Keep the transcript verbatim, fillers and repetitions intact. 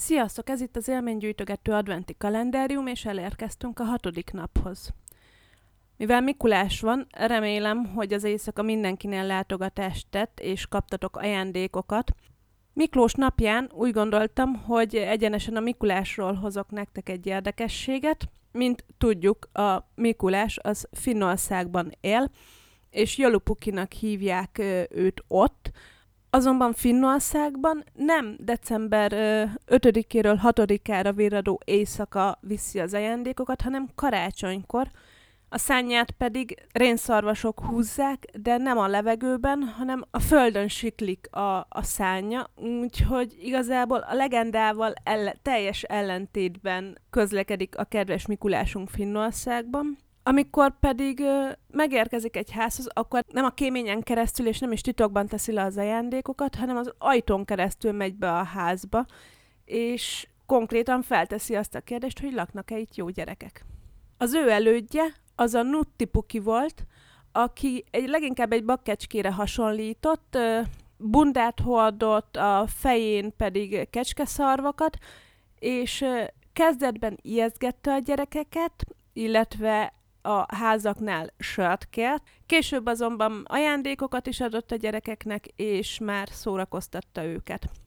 Sziasztok! Ez itt az élménygyűjtögető adventi kalendárium, és elérkeztünk a hatodik naphoz. Mivel Mikulás van, remélem, hogy az éjszaka mindenkinél látogatást tett, és kaptatok ajándékokat. Miklós napján úgy gondoltam, hogy egyenesen a Mikulásról hozok nektek egy érdekességet. Mint tudjuk, a Mikulás az Finnországban él, és Joulupukinak hívják őt ott. Azonban Finnországban nem december ötödikéről hatodikára virradó éjszaka viszi az ajándékokat, hanem karácsonykor. A szárnyát pedig rénszarvasok húzzák, de nem a levegőben, hanem a földön siklik a, a szárnya, úgyhogy igazából a legendával elle, teljes ellentétben közlekedik a kedves Mikulásunk Finnországban. Amikor pedig ö, megérkezik egy házhoz, akkor nem a kéményen keresztül és nem is titokban teszi le az ajándékokat, hanem az ajtón keresztül megy be a házba, és konkrétan felteszi azt a kérdést, hogy laknak-e itt jó gyerekek. Az ő elődje az a Nuttipuki volt, aki egy, leginkább egy bakkecskére hasonlított, ö, bundát hordott, a fején pedig kecskeszarvakat, és ö, kezdetben ijesztgette a gyerekeket, illetve a házaknál sört kért. Később azonban ajándékokat is adott a gyerekeknek, és már szórakoztatta őket.